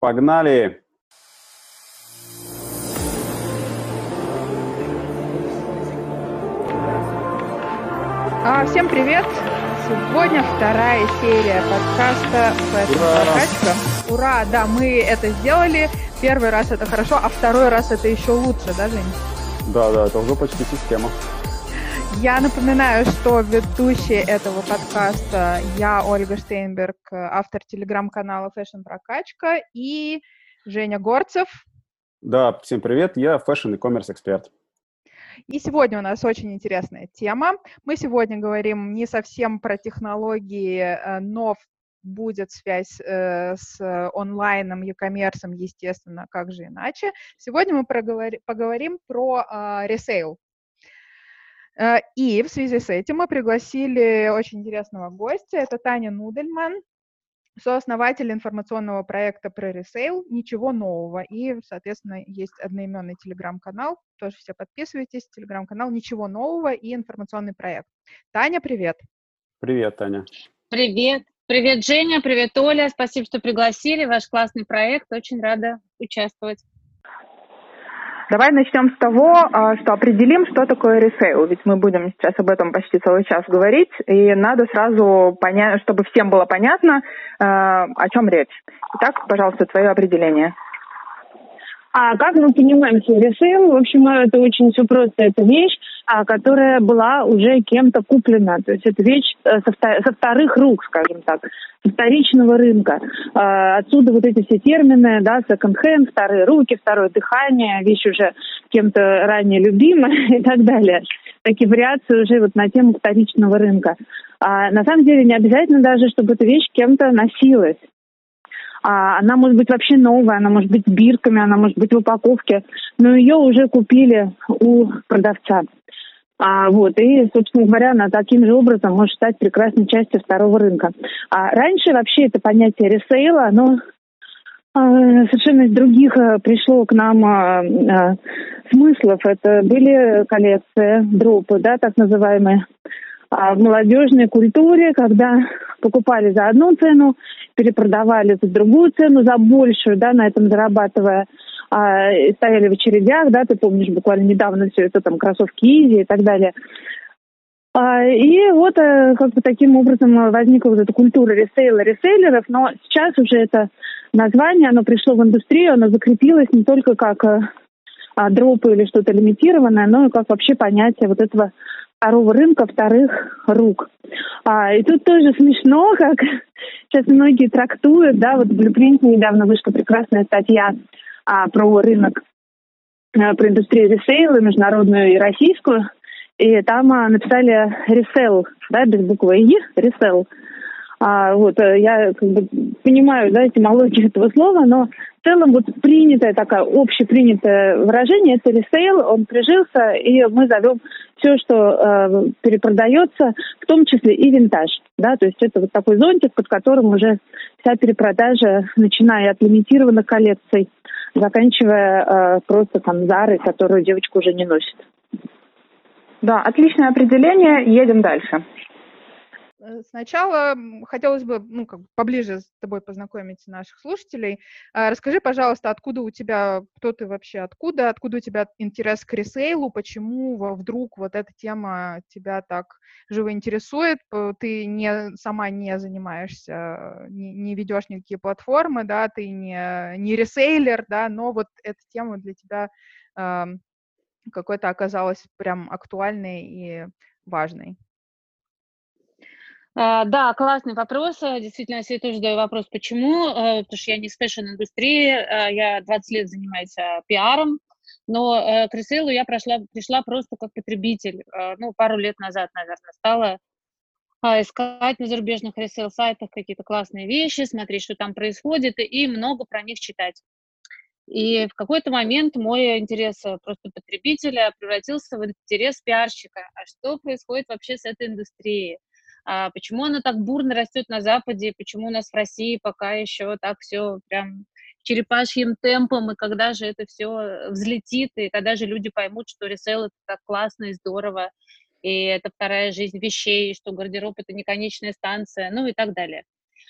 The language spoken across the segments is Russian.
Погнали! Всем привет! Сегодня вторая серия подкаста «Фэшн-прокачка». Ура! Да, мы это сделали. Первый раз это хорошо, а второй раз это еще лучше, да, Жень? Да, это уже почти система. Я напоминаю, что ведущая этого подкаста я, Ольга Штейнберг, автор телеграм-канала «Фэшн-прокачка», и Женя Горцев. Да, всем привет, я фэшн и коммерс-эксперт. И сегодня у нас очень интересная тема. Мы сегодня говорим не совсем про технологии, но будет связь с онлайном, e-commerce, естественно, как же иначе. Сегодня мы поговорим про ресейл. И в связи с этим мы пригласили очень интересного гостя. Это Таня Нудельман, сооснователь информационного проекта про ресейл «Ничего нового». И, соответственно, есть одноименный телеграм-канал. Тоже все подписывайтесь. Телеграм-канал «Ничего нового» и информационный проект. Таня, привет. Привет, Таня. Привет. Привет, Женя. Привет, Оля. Спасибо, что пригласили. Ваш классный проект. Очень рада участвовать. Давай начнем с того, что определим, что такое ресейл. Ведь мы будем сейчас об этом почти целый час говорить, и надо сразу понять, чтобы всем было понятно, о чем речь. Итак, пожалуйста, твое определение. Как мы понимаем ресейл? В общем, это очень все просто. Это вещь, которая была уже кем-то куплена. То есть это вещь со вторых рук, скажем так, со вторичного рынка. Отсюда вот эти все термины, да, секонд-хенд, вторые руки, второе дыхание, вещь уже кем-то ранее любимая и так далее. Такие вариации уже вот на тему вторичного рынка. На самом деле не обязательно даже, чтобы эта вещь кем-то носилась. Она может быть вообще новая, она может быть с бирками, она может быть в упаковке, но ее уже купили у продавца. И, собственно говоря, она таким же образом может стать прекрасной частью второго рынка. Раньше вообще это понятие ресейла, оно совершенно из других пришло к нам смыслов. Это были коллекции, дропы, да, так называемые. В молодежной культуре, когда покупали за одну цену, перепродавали за другую цену, за большую, да, на этом зарабатывая, стояли в очередях, да, ты помнишь, буквально недавно все это, там, кроссовки Изи и так далее. И вот как бы таким образом возникла вот эта культура ресейла, ресейлеров, но сейчас уже это название, оно пришло в индустрию, оно закрепилось не только как дропы или что-то лимитированное, но и как вообще понятие вот этого второго рынка, вторых рук. И тут тоже смешно, как сейчас многие трактуют, да, вот в Blueprint недавно вышла прекрасная статья про рынок, про индустрию ресейла, международную и российскую, и там написали ресейл, да, без буквы «и», ресейл. Я как бы понимаю, да, этимологию этого слова, но в целом вот принятое такое общепринятое выражение – это ресейл, он прижился, и мы зовем все, что перепродается, в том числе и винтаж, да, то есть это вот такой зонтик, под которым уже вся перепродажа, начиная от лимитированных коллекций, заканчивая просто там Зарой, которую девочка уже не носит. Да, отличное определение, едем дальше. Сначала хотелось бы, поближе с тобой познакомить наших слушателей. Расскажи, пожалуйста, откуда у тебя, кто ты вообще, откуда у тебя интерес к ресейлу, почему вдруг вот эта тема тебя так живо интересует, ты сама не занимаешься, не ведешь никакие платформы, да, ты не ресейлер, да, но вот эта тема для тебя какой-то оказалась прям актуальной и важной. Да, классный вопрос. Действительно, я себе тоже задаю вопрос, почему. Потому что я не из фэшн-индустрии, я 20 лет занимаюсь пиаром, но к ресейлу я пришла просто как потребитель. Пару лет назад, наверное, стала искать на зарубежных ресейл-сайтах какие-то классные вещи, смотреть, что там происходит, и много про них читать. И в какой-то момент мой интерес просто потребителя превратился в интерес пиарщика. А что происходит вообще с этой индустрией? Почему она так бурно растет на Западе, почему у нас в России пока еще так все прям черепашьим темпом, и когда же это все взлетит, и когда же люди поймут, что ресейл — это так классно и здорово, и это вторая жизнь вещей, что гардероб — это не конечная станция, и так далее.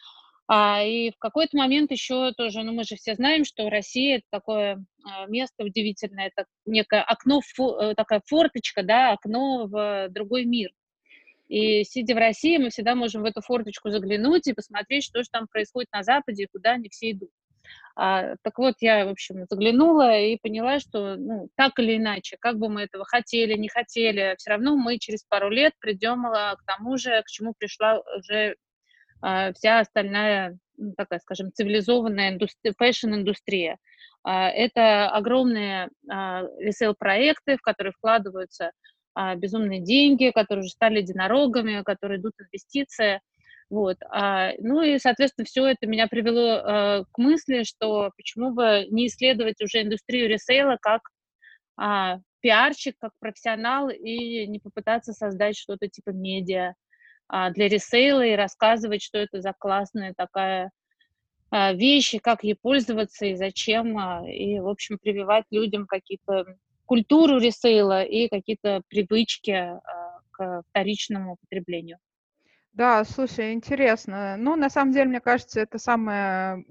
И в какой-то момент еще тоже, ну, мы же все знаем, что Россия — это такое место удивительное, это некое окно, такая форточка, да, окно в другой мир. И сидя в России, мы всегда можем в эту форточку заглянуть и посмотреть, что же там происходит на Западе и куда они все идут. Так вот, я, в общем, заглянула и поняла, что, ну, так или иначе, как бы мы этого хотели, не хотели, все равно мы через пару лет придем к тому же, к чему пришла уже вся остальная, ну, такая, скажем, цивилизованная фэшн-индустрия. Это огромные ресейл-проекты, в которые вкладываются безумные деньги, которые уже стали единорогами, которые идут инвестиции. Вот. Ну и, соответственно, все это меня привело к мысли, что почему бы не исследовать уже индустрию ресейла как пиарщик, как профессионал, и не попытаться создать что-то типа медиа для ресейла и рассказывать, что это за классная такая вещь, и как ей пользоваться и зачем, и, в общем, прививать людям какие-то культуру ресейла и какие-то привычки к вторичному потреблению. Да, слушай, интересно. Ну, на самом деле, мне кажется, это самая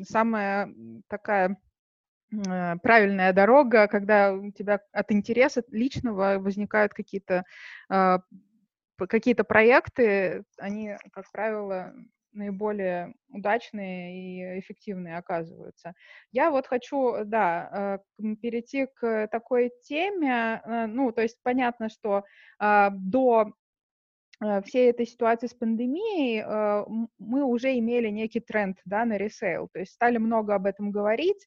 такая правильная дорога, когда у тебя от интереса личного возникают а, какие-то проекты, они, как правило, наиболее удачные и эффективные оказываются. Я вот хочу, да, перейти к такой теме. Ну, то есть понятно, что до всей этой ситуации с пандемией мы уже имели некий тренд, да, на ресейл, то есть стали много об этом говорить.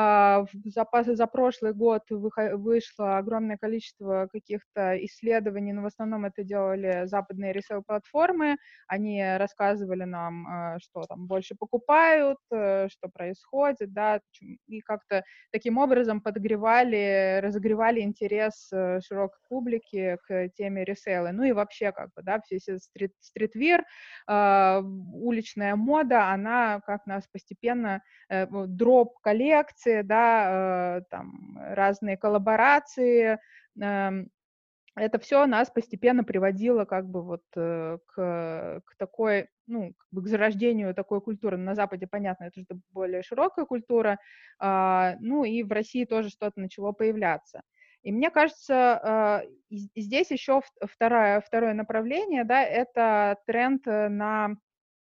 За прошлый год вышло огромное количество каких-то исследований, но в основном это делали западные ресейл-платформы, они рассказывали нам, что там больше покупают, что происходит, да, и как-то таким образом разогревали интерес широкой публики к теме ресейла. Ну и вообще, как бы, да, все стритвир, уличная мода, она как нас постепенно, дроп коллекции, да, там разные коллаборации, это все нас постепенно приводило как бы вот к такой, ну, как бы к зарождению такой культуры. На Западе, понятно, это уже более широкая культура, ну и в России тоже что-то начало появляться. И мне кажется, здесь еще второе направление, да, это тренд на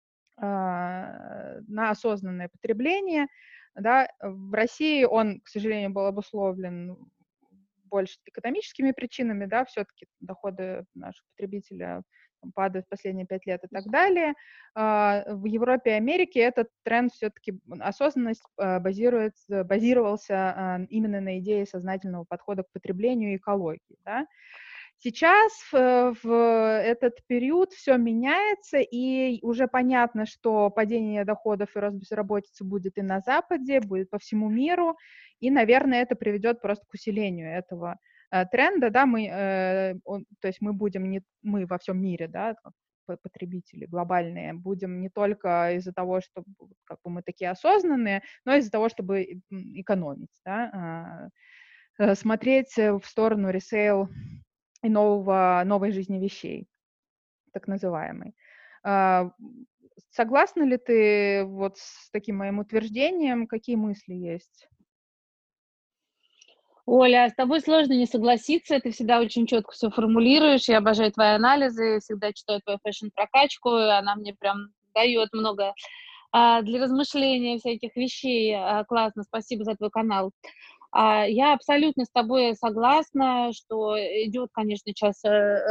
осознанное потребление, да. В России он, к сожалению, был обусловлен больше экономическими причинами, да, все-таки доходы наших потребителя падают в последние 5 лет и так далее. В Европе и Америке этот тренд все-таки, осознанность базировался именно на идее сознательного подхода к потреблению и экологии, да. Сейчас в этот период все меняется, и уже понятно, что падение доходов и рост безработицы будет и на Западе, будет по всему миру, и, наверное, это приведет просто к усилению этого тренда, да, то есть мы будем, не мы во всем мире, да, потребители глобальные, будем не только из-за того, что как бы мы такие осознанные, но из-за того, чтобы экономить, да, смотреть в сторону ресейл и новой жизни вещей, так называемой. Согласна ли ты вот с таким моим утверждением? Какие мысли есть? Оля, с тобой сложно не согласиться, ты всегда очень четко все формулируешь, я обожаю твои анализы, всегда читаю твою фэшн-прокачку, и она мне прям дает много для размышления всяких вещей. Классно, спасибо за твой канал. Я абсолютно с тобой согласна, что идет, конечно, сейчас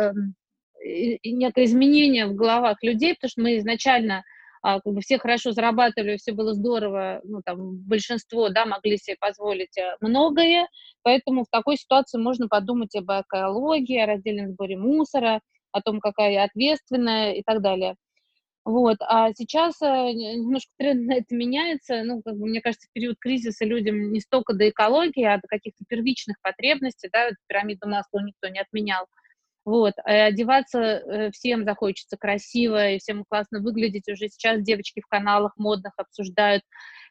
некое изменение в головах людей, потому что мы изначально как бы все хорошо зарабатывали, все было здорово, ну, там, большинство, да, могли себе позволить многое, поэтому в такой ситуации можно подумать об экологии, о раздельном сборе мусора, о том, какая я ответственная и так далее. Вот, а сейчас немножко тренд на это меняется. Ну, как бы, мне кажется, в период кризиса людям не столько до экологии, а до каких-то первичных потребностей, да, пирамиду Маслоу никто не отменял. Вот, одеваться всем захочется красиво, и всем классно выглядеть. Уже сейчас девочки в каналах модных обсуждают,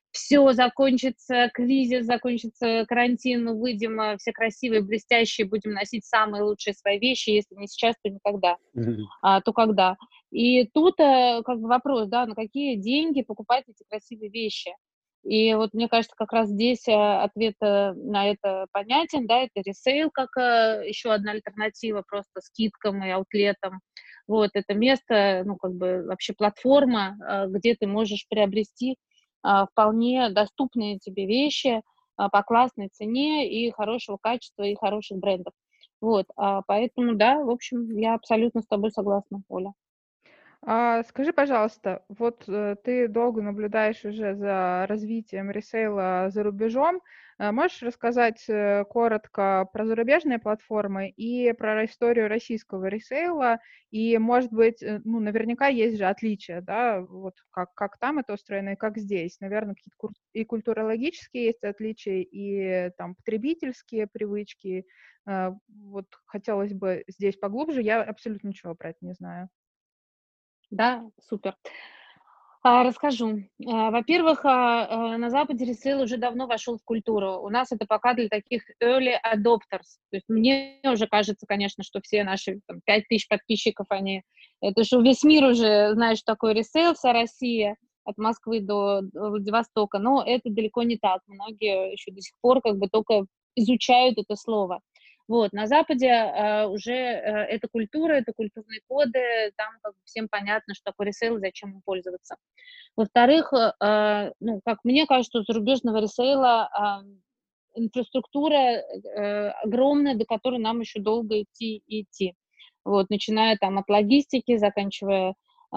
все закончится, кризис закончится, карантин, мы выйдем все красивые, блестящие, будем носить самые лучшие свои вещи, если не сейчас, то никогда, то когда. И тут как бы вопрос, да, на какие деньги покупать эти красивые вещи. И вот мне кажется, как раз здесь ответ на это понятен, да, это ресейл как еще одна альтернатива просто скидкам и аутлетам. Вот, это место, ну, как бы вообще платформа, где ты можешь приобрести вполне доступные тебе вещи по классной цене и хорошего качества, и хороших брендов. Вот, поэтому, да, в общем, я абсолютно с тобой согласна, Оля. Скажи, пожалуйста, вот ты долго наблюдаешь уже за развитием ресейла за рубежом. Можешь рассказать коротко про зарубежные платформы и про историю российского ресейла? И, может быть, ну, наверняка есть же отличия, да, вот как там это устроено и как здесь. Наверное, какие-то и культурологические есть отличия, и там потребительские привычки. Вот хотелось бы здесь поглубже. Я абсолютно ничего про это не знаю. Да, супер. Расскажу. Во-первых, на Западе ресейл уже давно вошел в культуру. У нас это пока для таких early adopters. То есть мне уже кажется, конечно, что все наши 5000 подписчиков, это же весь мир уже знает, что такое ресейл, вся Россия, от Москвы до Владивостока. Но это далеко не так. Многие еще до сих пор как бы только изучают это слово. Вот, на Западе уже это культура, это культурные коды, там как бы всем понятно, что такое ресейл и зачем им пользоваться. Во-вторых, ну, как мне кажется, у зарубежного ресейла инфраструктура огромная, до которой нам еще долго идти и идти. Вот, начиная там от логистики, заканчивая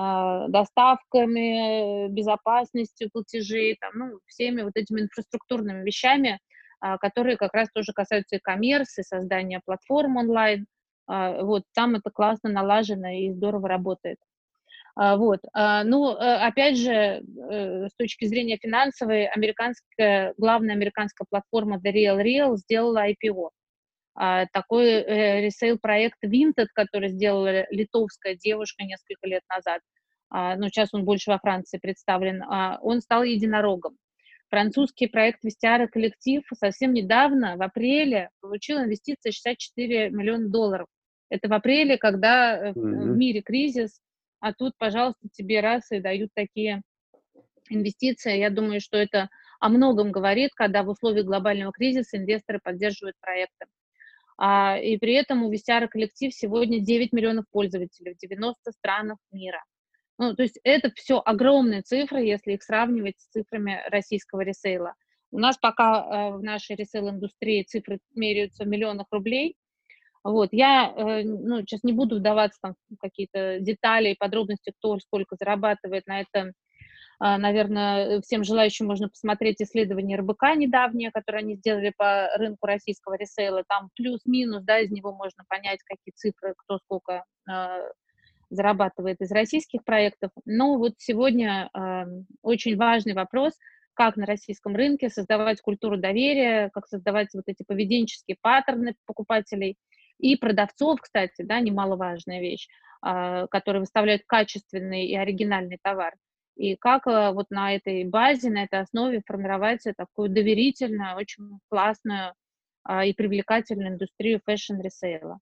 доставками, безопасностью платежей, там, ну, всеми вот этими инфраструктурными вещами, которые как раз тоже касаются e-commerce, и создания платформ онлайн. Вот, там это классно налажено и здорово работает. Вот. Ну, опять же, с точки зрения финансовой, главная американская платформа The Real сделала IPO. Такой ресейл-проект Vinted, который сделала литовская девушка несколько лет назад, ну, сейчас он больше во Франции представлен, он стал единорогом. Французский проект Vestiaire Коллектив совсем недавно, в апреле, получил инвестиции $64 миллиона. Это в апреле, когда в мире кризис, а тут, пожалуйста, тебе раз и дают такие инвестиции. Я думаю, что это о многом говорит, когда в условиях глобального кризиса инвесторы поддерживают проекты. И при этом у Vestiaire Коллектив сегодня 9 миллионов пользователей в 90 странах мира. Ну, то есть это все огромные цифры, если их сравнивать с цифрами российского ресейла. У нас пока в нашей ресейл-индустрии цифры меряются в миллионах рублей. Вот, я ну, сейчас не буду вдаваться там, в какие-то детали и подробности, кто сколько зарабатывает на это. Наверное, всем желающим можно посмотреть исследование РБК недавнее, которое они сделали по рынку российского ресейла. Там плюс-минус, да, из него можно понять, какие цифры, кто сколько зарабатывает из российских проектов. Но вот сегодня очень важный вопрос, как на российском рынке создавать культуру доверия, как создавать вот эти поведенческие паттерны покупателей и продавцов, кстати, да, немаловажная вещь, которые выставляют качественный и оригинальный товар. И как вот на этой базе, на этой основе формировать такую доверительную, очень классную и привлекательную индустрию фэшн-ресейла.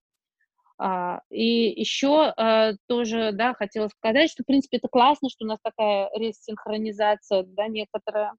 И еще тоже, да, хотела сказать, что, в принципе, это классно, что у нас такая ресинхронизация, да, некоторая.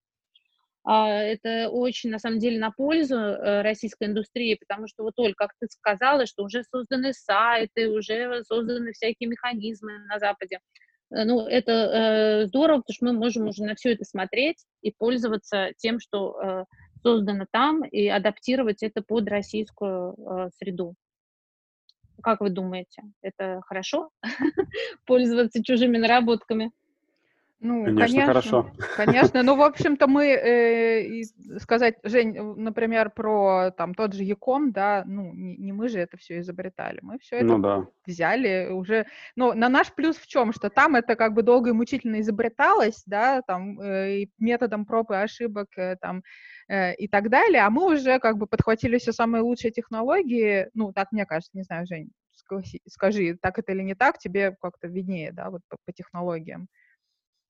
Это очень, на самом деле, на пользу российской индустрии, потому что вот, Оль, как ты сказала, что уже созданы сайты, уже созданы всякие механизмы на Западе. Ну, это здорово, потому что мы можем уже на все это смотреть и пользоваться тем, что создано там, и адаптировать это под российскую среду. Как вы думаете, это хорошо пользоваться чужими наработками? Ну, Конечно, хорошо. конечно. Ну, в общем-то, мы, сказать, Жень, например, про там тот же Яком, да, ну, не мы же это все изобретали, мы все это да. взяли уже. Но на наш плюс в чем? Что там это как бы долго и мучительно изобреталось, да, там, и методом проб и ошибок, там, и так далее, а мы уже как бы подхватили все самые лучшие технологии, ну, так мне кажется, не знаю, Жень, скажи, так это или не так, тебе как-то виднее, да, вот по технологиям.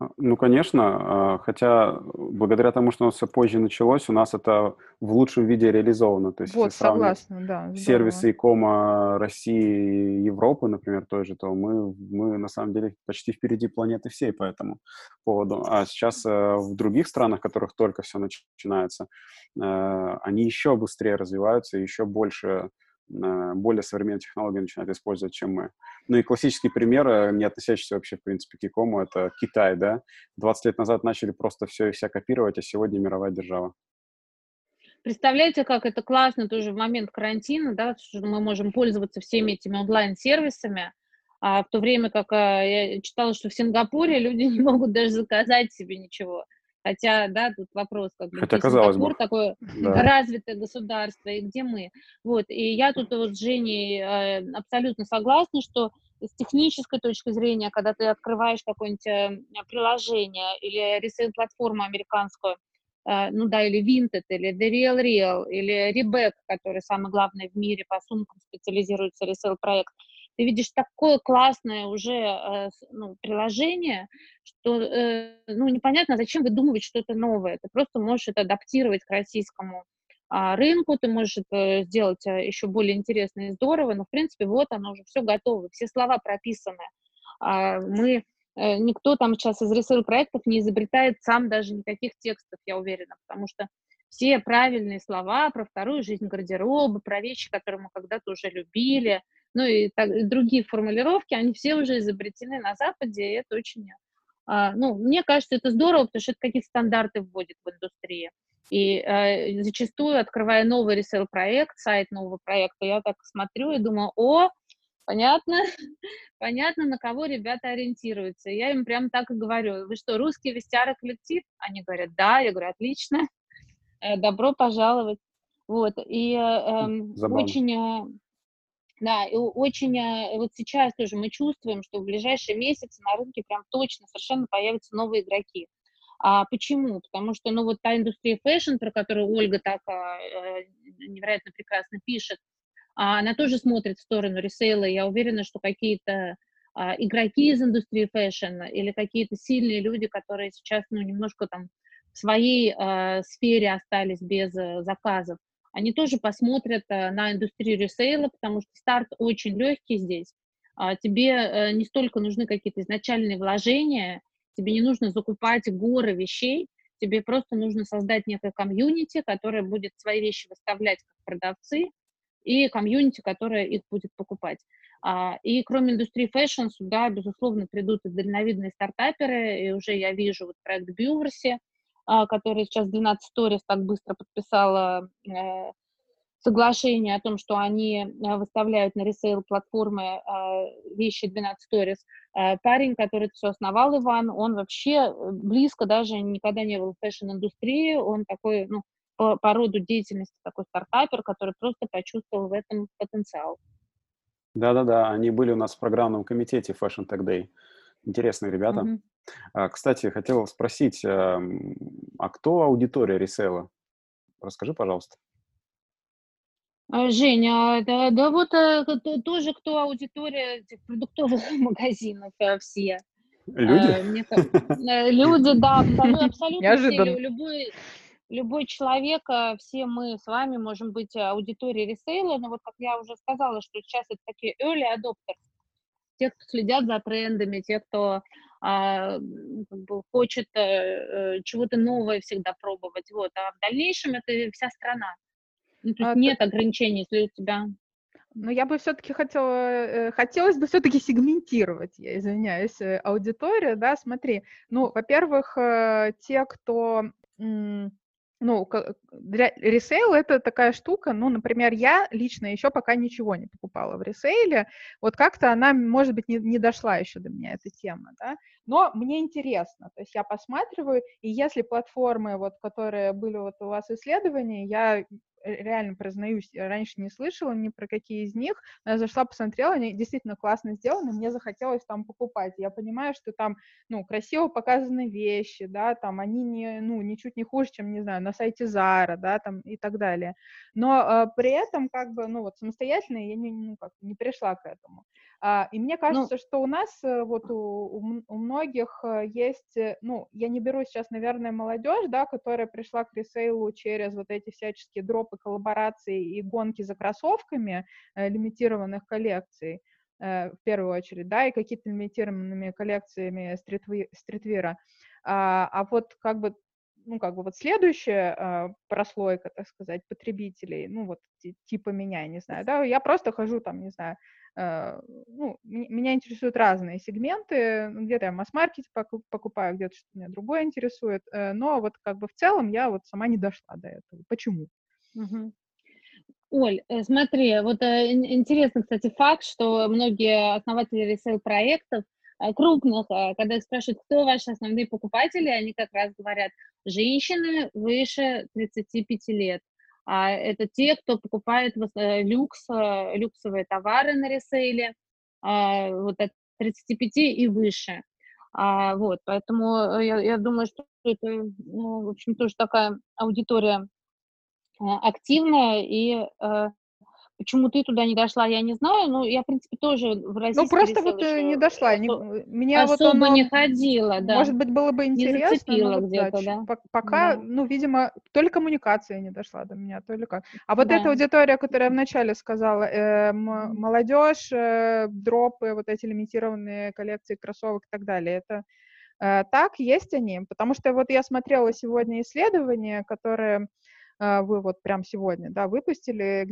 Ну, конечно, хотя благодаря тому, что у нас все позже началось, у нас это в лучшем виде реализовано. То есть если Вот, сравнивать согласна, да, здорово. сервисы ИКома России и Европы, например, той же, то мы на самом деле почти впереди планеты всей по этому поводу. А сейчас в других странах, в которых только все начинается, они еще быстрее развиваются, еще больше, более современные технологии начинают использовать, чем мы. Ну и классический пример, не относящийся вообще, в принципе, к ИКому, это Китай, да? 20 лет назад начали просто все и вся копировать, а сегодня мировая держава. Представляете, как это классно тоже в момент карантина, да, что мы можем пользоваться всеми этими онлайн-сервисами, в то время как я читала, что в Сингапуре люди не могут даже заказать себе ничего. Хотя, да, тут вопрос, как бы, Хотя, где казалось бы, Сингапур, такое да. развитое государство, и где мы. Вот, и я тут вот с Женей абсолютно согласна, что с технической точки зрения, когда ты открываешь какое-нибудь приложение или ресейл-платформу американскую, ну да, или Vinted, или The Real Real, или Rebecca, который самый главный в мире по сумкам специализируется, ресейл-проект, ты видишь такое классное уже приложение, что ну, непонятно, зачем выдумывать что-то новое. Ты просто можешь это адаптировать к российскому рынку, ты можешь это сделать еще более интересно и здорово, но, в принципе, вот оно уже все готово, все слова прописаны. Никто там сейчас из ресейл-проектов не изобретает сам даже никаких текстов, я уверена, потому что все правильные слова про вторую жизнь гардероба, про вещи, которые мы когда-то уже любили, ну и другие формулировки, они все уже изобретены на Западе, и это очень, мне кажется, это здорово, потому что это какие-то стандарты вводит в индустрии. И зачастую, открывая новый ресейл-проект, сайт нового проекта, я так смотрю и думаю, понятно, понятно, на кого ребята ориентируются. И я им прям так и говорю: вы что, русский вестиар коллектив? Они говорят: да. Я говорю: отлично, добро пожаловать. Вот, и Забавно. да, и очень вот сейчас тоже мы чувствуем, что в ближайшие месяцы на рынке прям точно совершенно появятся новые игроки. Почему? Потому что, ну, вот та индустрия фэшн, про которую Ольга так невероятно прекрасно пишет, она тоже смотрит в сторону ресейла. Я уверена, что какие-то игроки из индустрии фэшн или какие-то сильные люди, которые сейчас, ну, немножко там в своей сфере остались без заказов, они тоже посмотрят на индустрию ресейла, потому что старт очень легкий здесь. Тебе не столько нужны какие-то изначальные вложения, тебе не нужно закупать горы вещей, тебе просто нужно создать некое комьюнити, которое будет свои вещи выставлять как продавцы, и комьюнити, которое их будет покупать. И кроме индустрии фэшн сюда, безусловно, придут и дальновидные стартаперы, и уже я вижу вот проект Бьюверси, который сейчас 12 Stories так быстро подписала соглашение о том, что они выставляют на ресейл-платформы вещи 12 Stories. Парень, который это все основал, Иван, он вообще близко даже никогда не был в фэшн-индустрии, он такой, ну, по роду деятельности такой стартапер, который просто почувствовал в этом потенциал. Да-да-да, они были у нас в программном комитете Fashion Tech Day. Интересные ребята. Мгм. Кстати, хотел спросить, а кто аудитория ресейла? Расскажи, пожалуйста. Женя, да вот тоже кто аудитория этих продуктовых магазинов все. Люди? Люди, да, абсолютно все, Неожиданно. любой человек, все мы с вами можем быть аудиторией ресейла, но вот как я уже сказала, что сейчас это такие early adopters, те, кто следят за трендами, те, кто как бы хочет чего-то новое всегда пробовать, вот, а в дальнейшем это вся страна. Ну, то есть нет ограничений, если у тебя... Но я бы все-таки хотелось бы все-таки сегментировать, я извиняюсь, аудиторию, да, смотри, ну, во-первых, те, кто, ресейл это такая штука, ну, например, я лично еще пока ничего не покупала в ресейле, вот как-то она, может быть, не дошла еще до меня, эта тема, да, но мне интересно, то есть я посматриваю, и если платформы, вот, которые были вот у вас исследования, я реально признаюсь, я раньше не слышала ни про какие из них, но я зашла, посмотрела, они действительно классно сделаны, мне захотелось там покупать. Я понимаю, что там, ну, красиво показаны вещи, да, там они не, ну, ничуть не хуже, чем, не знаю, на сайте Zara, да, там и так далее. Но при этом, как бы, ну, вот самостоятельно я не пришла к этому. И мне кажется, что у нас вот у многих есть, ну, я не беру сейчас, наверное, молодежь, да, которая пришла к ресейлу через вот эти всяческие дропы, коллаборации и гонки за кроссовками лимитированных коллекций, в первую очередь, да, и какие-то лимитированными коллекциями стритвира. А вот как бы, ну, как бы вот следующая прослойка, так сказать, потребителей, ну, вот типа меня, не знаю, да, я просто хожу там, не знаю, ну, меня интересуют разные сегменты, где-то я в масс-маркете покупаю, где-то что-то меня другое интересует, но вот как бы в целом я вот сама не дошла до этого. Почему? Мгм. Оль, смотри, вот интересный, кстати, факт, что многие основатели ресейл-проектов крупных, когда их спрашивают, кто ваши основные покупатели, они как раз говорят, женщины выше 35 лет. Это те, кто покупает люксовые товары на ресейле, вот от 35 и выше. Вот, поэтому я думаю, что это, ну, в общем, тоже такая аудитория активная, и почему ты туда не дошла, я не знаю, но я, в принципе, тоже в Ну, российский просто ресейл вот не еще дошла. Мне вот особо оно, не ходила, да, может быть, было бы не интересно, но зацепила вот да, где-то, да, пока, да, ну, видимо, то ли коммуникация не дошла до меня, то ли как. А вот эта да. аудитория, которую я вначале сказала, Мгм. молодежь, дропы, вот эти лимитированные коллекции кроссовок и так далее, это так, есть они, потому что вот я смотрела сегодня исследование, которое вы вот прям сегодня, да, выпустили,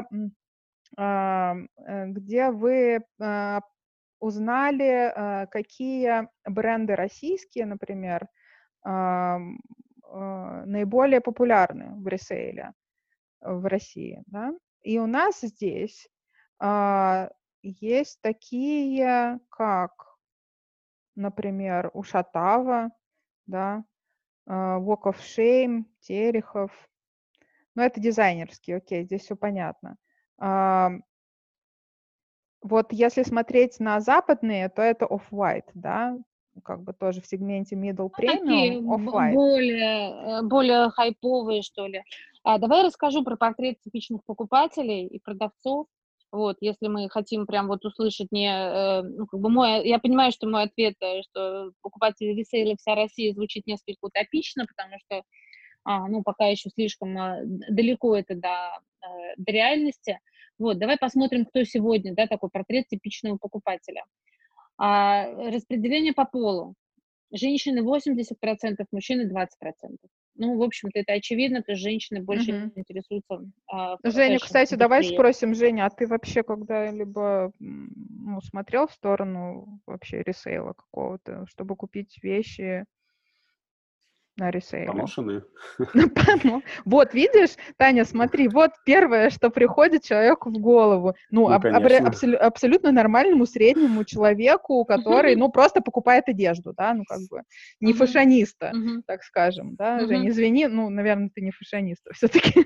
где вы узнали, какие бренды российские, например, наиболее популярны в ресейле в России, да. И у нас здесь есть такие, как, например, Ушатава, да, Walk of Shame, Терехов. Ну, это дизайнерские, окей, здесь все понятно. Вот если смотреть на западные, то это Off-White, да, как бы тоже в сегменте Middle Premium Такие Off-White. более хайповые, что ли. Давай я расскажу про портрет типичных покупателей и продавцов. Вот, если мы хотим прям вот услышать ну, как бы я понимаю, что мой ответ, что покупатели ресейла вся Россия звучит несколько утопично, потому что ну, пока еще слишком далеко это до реальности. Вот, давай посмотрим, кто сегодня, да, такой портрет типичного покупателя. Распределение по полу. Женщины 80%, мужчины 20%. Ну, в общем-то, это очевидно, то есть женщины больше Мгм. интересуются Женя, кстати, давай фэшн-индустрией. спросим, Женя, а ты вообще когда-либо ну, смотрел в сторону вообще ресейла какого-то, чтобы купить вещи на ресейле? Поношенные. Ну, вот, видишь, Таня, смотри, вот первое, что приходит человеку в голову. Ну, Ну, конечно. абсолютно нормальному среднему человеку, который, ну, просто покупает одежду, да, ну, как бы, не Мгм. фашиониста, Мгм. так скажем, да, Жень, Мгм. извини, ну, наверное, ты не фашиониста все-таки.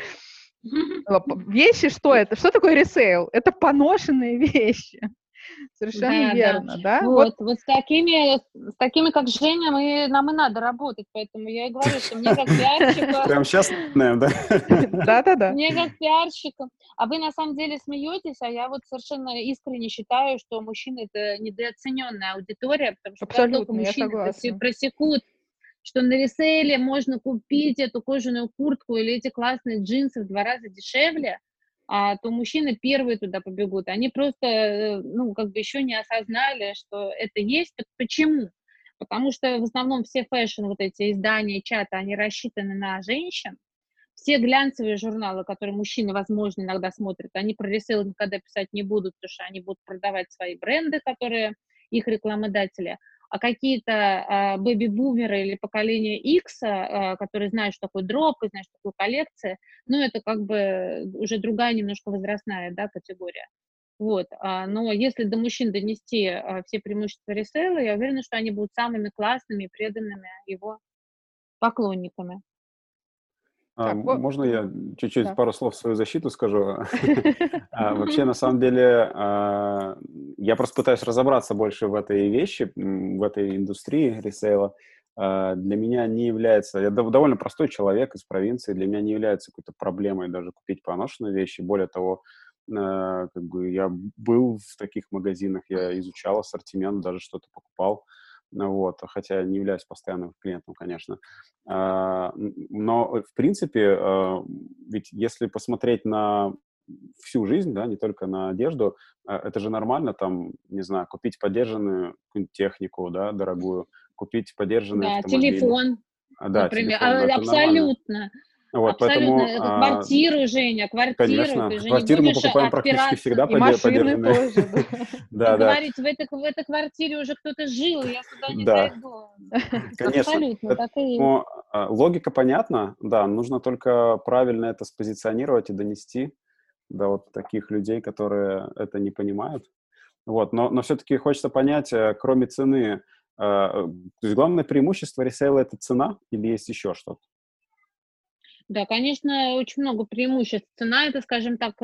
Вещи, что это? Что такое ресейл? Это поношенные вещи. Совершенно Да, да. верно, да? Вот, Вот с такими, как Женя, нам и надо работать, поэтому я и говорю, что мне как пиарщика, Прямо сейчас, наверное, да? да-да-да. мне как пиарщика, вы на самом деле смеетесь, а я вот совершенно искренне считаю, что мужчины — это недооцененная аудитория, потому что как только Абсолютно, я мужчины согласна. просекут, что на ресейле можно купить эту кожаную куртку или эти классные джинсы в 2 раза дешевле, то мужчины первые туда побегут. Они просто, ну, как бы еще не осознали, что это есть. Почему? Потому что в основном все фэшн, вот эти издания, чаты, они рассчитаны на женщин. Все глянцевые журналы, которые мужчины, возможно, иногда смотрят, они про ресейл никогда писать не будут, потому что они будут продавать свои бренды, которые их рекламодатели. А какие-то бэби-бумеры или поколение X, которые знают, что такое дроп, и знают, что такое коллекция, ну, это как бы уже другая немножко возрастная, да, категория. Вот, но если до мужчин донести все преимущества ресейла, я уверена, что они будут самыми классными и преданными его поклонниками. Так, Можно я чуть-чуть да. пару слов в свою защиту скажу? Вообще, на самом деле, я просто пытаюсь разобраться больше в этой вещи, в этой индустрии ресейла. Для меня не является... Я довольно простой человек из провинции, для меня не является какой-то проблемой даже купить поношенные вещи. Более того, как бы я был в таких магазинах, я изучал ассортимент, даже что-то покупал. Вот, хотя не являюсь постоянным клиентом, конечно. Но, в принципе, ведь если посмотреть на всю жизнь, да, не только на одежду, это же нормально, там, не знаю, купить подержанную какую-нибудь технику, да, дорогую, купить подержанный Да, автомобиль. телефон, Да, например. телефон, это нормально. Абсолютно. Вот, Абсолютно. поэтому, Квартиру, Женя, квартиру. конечно, Ты же не квартиру мы будешь покупаем практически отпираться всегда И машины подержанные. тоже, да. и Да, да, говорить, в этой квартире уже кто-то жил, я сюда не да. зайду. Конечно. Абсолютно, так и есть. Поэтому логика понятна, да, нужно только правильно это спозиционировать и донести до вот таких людей, которые это не понимают. Вот, но все-таки хочется понять, кроме цены, то есть главное преимущество ресейла — это цена или есть еще что-то? Да, конечно, очень много преимуществ. Цена — это, скажем так,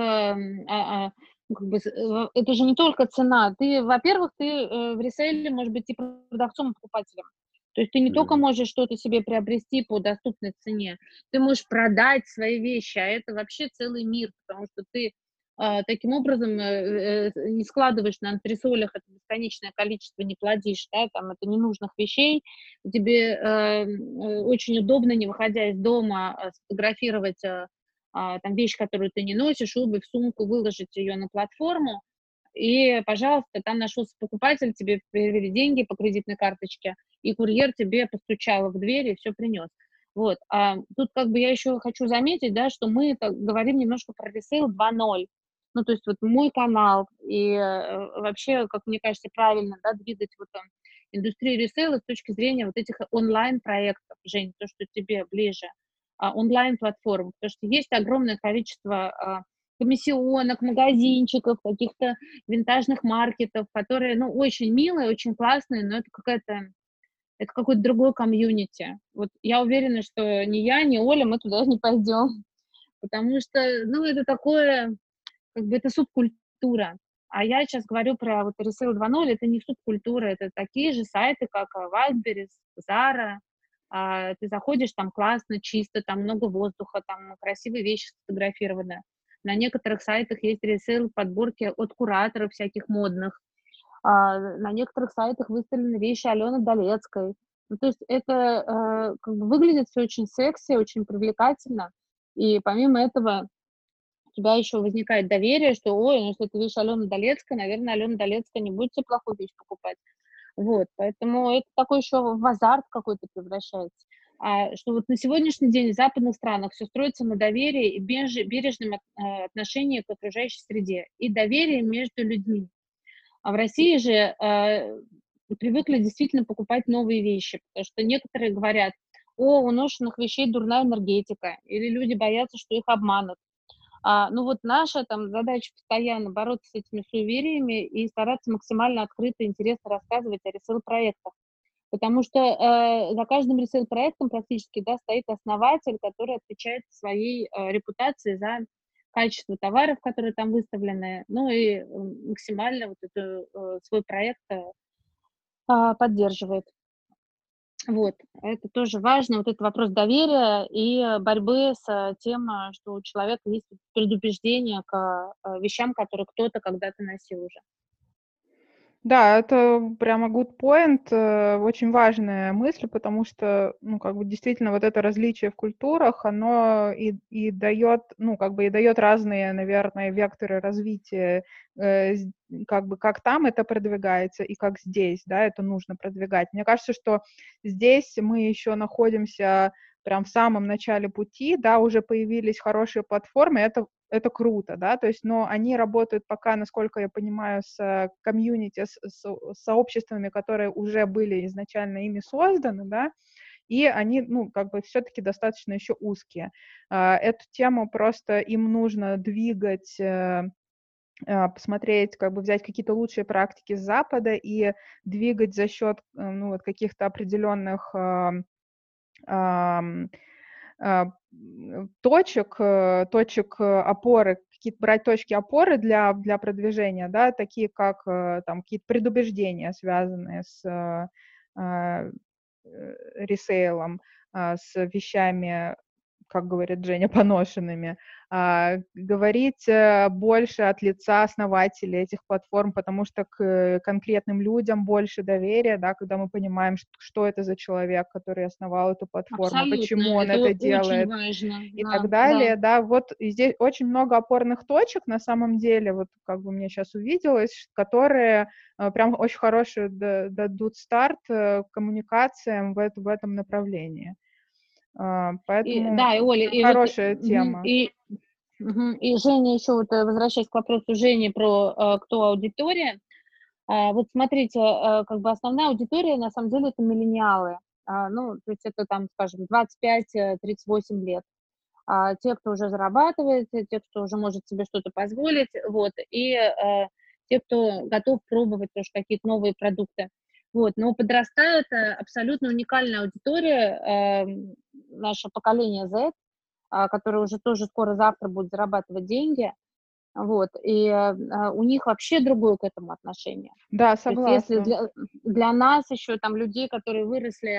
ну, как бы, это же не только цена. Ты, во-первых, ты в ресейле можешь быть и продавцом, и покупателем. То есть ты не только Мгм. можешь что-то себе приобрести по доступной цене, ты можешь продать свои вещи, а это вообще целый мир, потому что ты таким образом не складываешь на антресолях это бесконечное количество, не плодишь, да, там, это ненужных вещей, тебе очень удобно, не выходя из дома, сфотографировать там вещь, которую ты не носишь, обувь, сумку, выложить ее на платформу, и, пожалуйста, там нашелся покупатель, тебе перевели деньги по кредитной карточке, и курьер тебе постучал в дверь и все принес. Вот. А тут как бы я еще хочу заметить, да, что мы говорим немножко про ресейл 2.0. Ну, то есть вот мой канал и вообще, как мне кажется, правильно, да, двигать вот индустрию ресейла с точки зрения вот этих онлайн-проектов, Жень, то, что тебе ближе, онлайн-платформ, потому что есть огромное количество комиссионок, магазинчиков, каких-то винтажных маркетов, которые, ну, очень милые, очень классные, но это какое-то другое комьюнити. Вот я уверена, что ни я, ни Оля, мы туда не пойдем, потому что, ну, это такое, как бы это субкультура. А я сейчас говорю про вот Resale 2.0, это не субкультура, это такие же сайты, как Wildberries, Zara. Ты заходишь, там классно, чисто, там много воздуха, там красивые вещи сфотографированы. На некоторых сайтах есть ресейл подборки от кураторов всяких модных. На некоторых сайтах выставлены вещи Алены Долецкой. Ну, то есть это как бы выглядит все очень секси, очень привлекательно. И помимо этого у тебя еще возникает доверие, что, ой, ну, если это вещь Алены Долецкой, наверное, Алена Долецкая не будет тебе плохую вещь покупать. Вот, поэтому это такой еще в азарт какой-то превращается. Что вот на сегодняшний день в западных странах все строится на доверии и бережном отношении к окружающей среде и доверии между людьми. А в России же привыкли действительно покупать новые вещи, потому что некоторые говорят, у ношенных вещей дурная энергетика, или люди боятся, что их обманут. Ну вот наша там задача постоянно бороться с этими суевериями и стараться максимально открыто и интересно рассказывать о ресейл-проектах. Потому что за каждым ресейл-проектом практически, да, стоит основатель, который отвечает своей репутацией за качество товаров, которые там выставлены, ну и максимально вот эту, свой проект поддерживает. Вот, это тоже важно, вот этот вопрос доверия и борьбы с тем, что у человека есть предубеждение к вещам, которые кто-то когда-то носил уже. Да, это прямо good point, очень важная мысль, потому что, ну, как бы действительно вот это различие в культурах, оно и дает, ну, как бы и дает разные, наверное, векторы развития, как бы как там это продвигается и как здесь, да, это нужно продвигать. Мне кажется, что здесь мы еще находимся прям в самом начале пути, да, уже появились хорошие платформы, это круто, да, то есть, но они работают пока, насколько я понимаю, с комьюнити, с сообществами, которые уже были изначально ими созданы, да, и они, ну, как бы все-таки достаточно еще узкие. Эту тему просто им нужно двигать, посмотреть, как бы взять какие-то лучшие практики с Запада и двигать за счет, ну, вот каких-то определенных точек опоры, какие-то брать точки опоры для продвижения, да, такие как там какие-то предубеждения, связанные с ресейлом, с вещами, как говорит Женя, поношенными, говорить больше от лица основателей этих платформ, потому что к конкретным людям больше доверия, да, когда мы понимаем, что это за человек, который основал эту платформу, Абсолютно, почему он это это очень делает важно, и да, так да. далее, да, вот и здесь очень много опорных точек, на самом деле, вот как бы мне сейчас увиделось, которые прям очень хорошие дадут старт коммуникациям в этом направлении. Поэтому Да, и Оля, и вот, хорошая тема. и Женя, еще вот возвращаясь к вопросу Жени про кто аудитория, вот смотрите, как бы основная аудитория, на самом деле, это миллениалы. Ну, то есть это там, скажем, 25-38 лет. Те, кто уже зарабатывает, те, кто уже может себе что-то позволить, вот, и те, кто готов пробовать тоже какие-то новые продукты. Вот, но подрастает абсолютно уникальная аудитория, наше поколение Z, которое уже тоже скоро завтра будет зарабатывать деньги, вот, и у них вообще другое к этому отношение. Да, То есть если согласна. для нас еще там людей, которые выросли,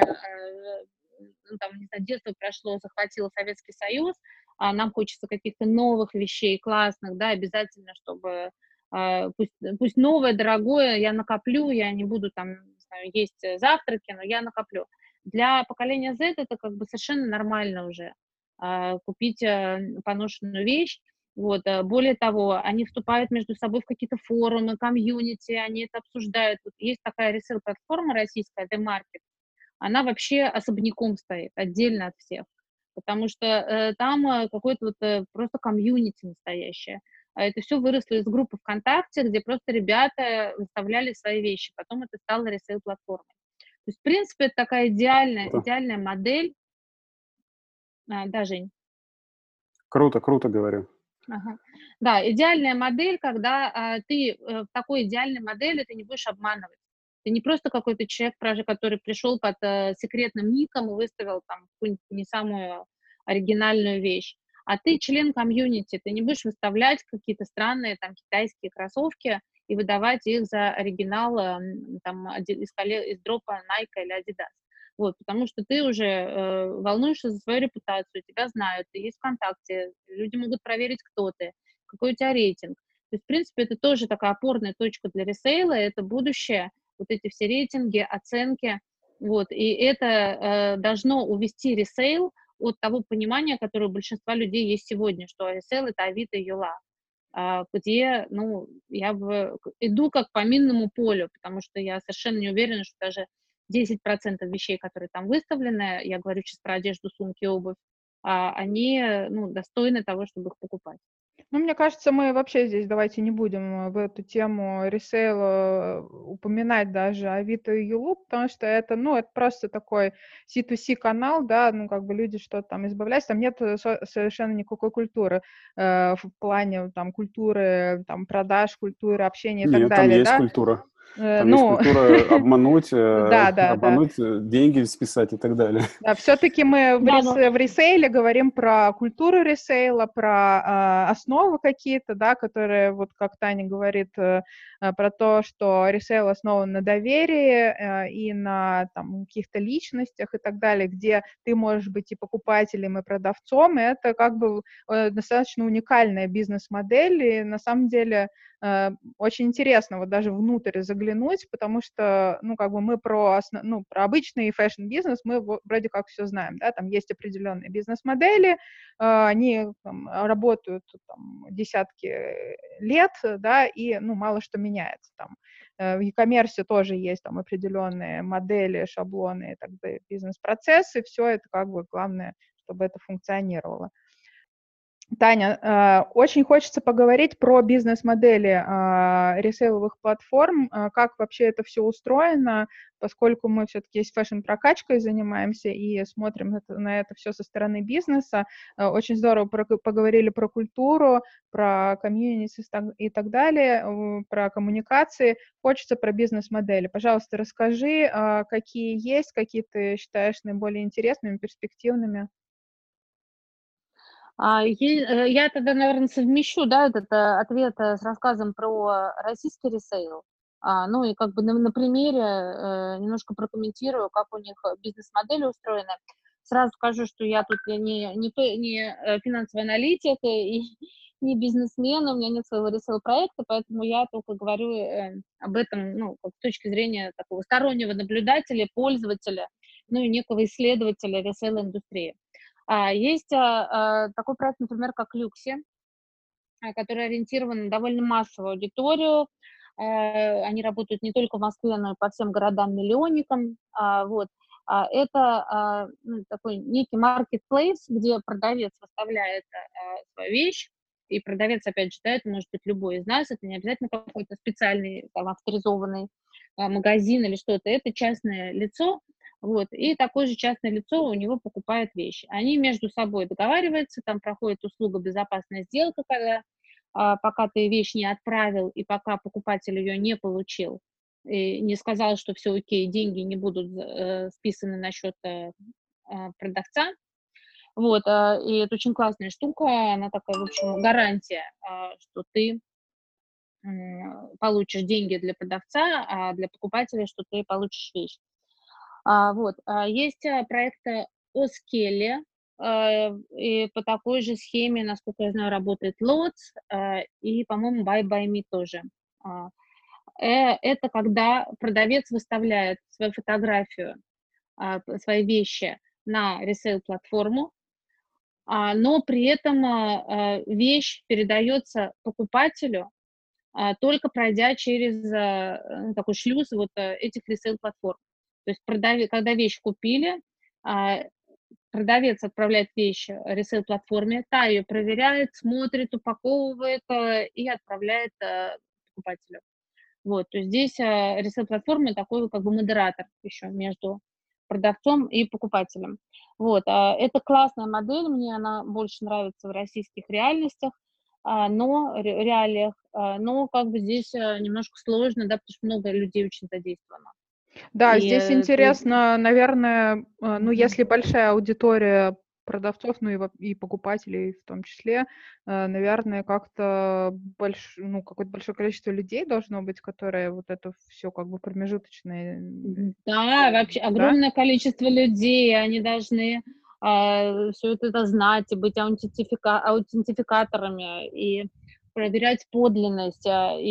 ну, там, не знаю, детство прошло, захватило Советский Союз, нам хочется каких-то новых вещей, классных, да, обязательно, чтобы пусть новое, дорогое, я накоплю, я не буду там, не знаю, есть завтраки, но я накоплю. Для поколения Z это как бы совершенно нормально уже купить поношенную вещь. Вот, более того, они вступают между собой в какие-то форумы, комьюнити, они это обсуждают. Вот есть такая ресейл-платформа российская, The Market, она вообще особняком стоит, отдельно от всех, потому что там какое-то вот просто комьюнити настоящее. А это все выросло из группы ВКонтакте, где просто ребята выставляли свои вещи, потом это стало ресейл-платформой. То есть, в принципе, это такая идеальная модель. Да, Жень? Круто, круто, говорю. Ага. Да, идеальная модель, когда ты в такой идеальной модели ты не будешь обманывать. Ты не просто какой-то человек, который пришел под секретным ником и выставил там какую-нибудь не самую оригинальную вещь, а ты член комьюнити, ты не будешь выставлять какие-то странные там китайские кроссовки и выдавать их за оригинал там из дропа Nike или Adidas. Вот, потому что ты уже волнуешься за свою репутацию, тебя знают, ты есть ВКонтакте, люди могут проверить, кто ты, какой у тебя рейтинг. То есть, в принципе, это тоже такая опорная точка для ресейла, это будущее, вот эти все рейтинги, оценки, вот, и это должно увести ресейл от того понимания, которое у большинства людей есть сегодня, что ресейл — это Авито и Юла, где, ну, я бы иду как по минному полю, потому что я совершенно не уверена, что даже 10% вещей, которые там выставлены, я говорю сейчас про одежду, сумки, обувь, они, ну, достойны того, чтобы их покупать. Ну, мне кажется, мы вообще здесь давайте не будем в эту тему ресейла упоминать даже Авито и Юлу, потому что это, ну, это просто такой C2C канал, да, ну, как бы люди что-то там избавляются, там нет совершенно никакой культуры в плане там культуры, там продаж, культуры общения и так Нет, там далее, есть да. культура. Там есть Ну, культура обмануть, да, да, да. деньги списать и так далее. Да, все-таки мы Да, но в ресейле говорим про культуру ресейла, про основы какие-то, да, которые, вот как Таня говорит, про то, что ресейл основан на доверии и на там, каких-то личностях и так далее, где ты можешь быть и покупателем, и продавцом, и это как бы достаточно уникальная бизнес-модель, и на самом деле очень интересно вот даже внутрь заглянуть, потому что, ну, как бы мы про обычный фэшн-бизнес мы вроде как все знаем, да, там есть определенные бизнес-модели, они там работают там, десятки лет, да, и, ну, мало что меняется там. В e-commerce тоже есть там определенные модели, шаблоны и так далее, бизнес-процессы, все это как бы главное, чтобы это функционировало. Таня, очень хочется поговорить про бизнес-модели ресейловых платформ, как вообще это все устроено, поскольку мы все-таки с фэшн-прокачкой занимаемся и смотрим на это все со стороны бизнеса. Очень здорово поговорили про культуру, про комьюнити и так далее, про коммуникации. Хочется про бизнес-модели. Пожалуйста, расскажи, какие есть, какие ты считаешь наиболее интересными, перспективными. Я тогда, наверное, совмещу, да, этот ответ с рассказом про российский ресейл. Ну и как бы на примере немножко прокомментирую, как у них бизнес-модели устроены. Сразу скажу, что я тут не финансовый аналитик и не бизнесмен, у меня нет своего ресейл-проекта, поэтому я только говорю об этом, ну, как с точки зрения такого стороннего наблюдателя, пользователя, ну и некого исследователя ресейл-индустрии. Есть такой проект, например, как Люкси, который ориентирован на довольно массовую аудиторию. Они работают не только в Москве, но и по всем городам-миллионникам. Вот. Это такой некий marketplace, где продавец выставляет свою вещь, и продавец, опять же, да, это может быть любой из нас, это не обязательно какой-то специальный там, авторизованный магазин или что-то, это частное лицо, вот, и такое же частное лицо у него покупает вещи. Они между собой договариваются, там проходит услуга безопасная сделка, когда пока ты вещь не отправил и пока покупатель ее не получил, и не сказал, что все окей, деньги не будут списаны на счет продавца. Вот, и это очень классная штука, она такая, в общем, гарантия, что ты получишь деньги для продавца, а для покупателя, что ты получишь вещь. Вот. Есть проект Оскелли, и по такой же схеме, насколько я знаю, работает Lots, и, по-моему, Buy By Me тоже. Это когда продавец выставляет свою фотографию, свои вещи на ресейл-платформу, но при этом вещь передается покупателю, только пройдя через такой шлюз вот этих ресейл-платформ. То есть когда вещь купили, продавец отправляет вещь ресейл-платформе, та ее проверяет, смотрит, упаковывает и отправляет покупателю. Вот, то есть здесь ресейл-платформа такой как бы модератор еще между продавцом и покупателем. Вот, это классная модель, мне она больше нравится в российских реальностях, реалиях, но как бы здесь немножко сложно, да, потому что много людей очень задействовано. Да, И, здесь интересно, наверное, ну, если большая аудитория продавцов, ну и покупателей в том числе, наверное, как-то ну, какое-то большое количество людей должно быть, которые вот это все как бы промежуточные. Да, вообще Да? огромное количество людей, они должны все это знать и быть аутентификаторами, и проверять подлинность,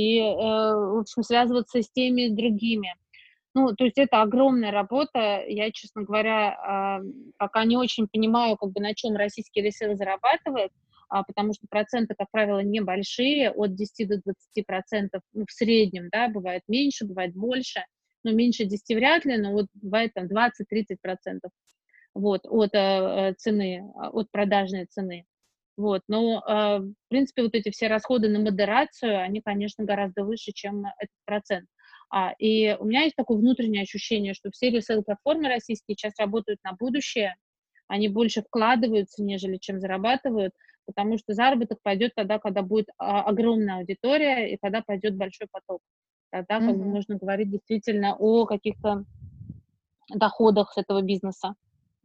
в общем, связываться с теми и другими. Ну, то есть это огромная работа. Я, честно говоря, пока не очень понимаю, как бы на чем российский ресейл зарабатывает, потому что проценты, как правило, небольшие, от 10 до 20%, ну, в среднем, да, бывает меньше, бывает больше, но меньше 10 вряд ли, но вот бывает там 20-30%, вот, от цены, от продажной цены. Вот, но, в принципе, вот эти все расходы на модерацию, они, конечно, гораздо выше, чем этот процент. И у меня есть такое внутреннее ощущение, что все ресейл-платформы российские сейчас работают на будущее, они больше вкладываются, нежели чем зарабатывают, потому что заработок пойдет тогда, когда будет огромная аудитория и когда пойдет большой поток. Тогда как бы можно говорить действительно о каких-то доходах с этого бизнеса.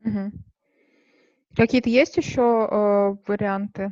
Какие-то есть еще варианты?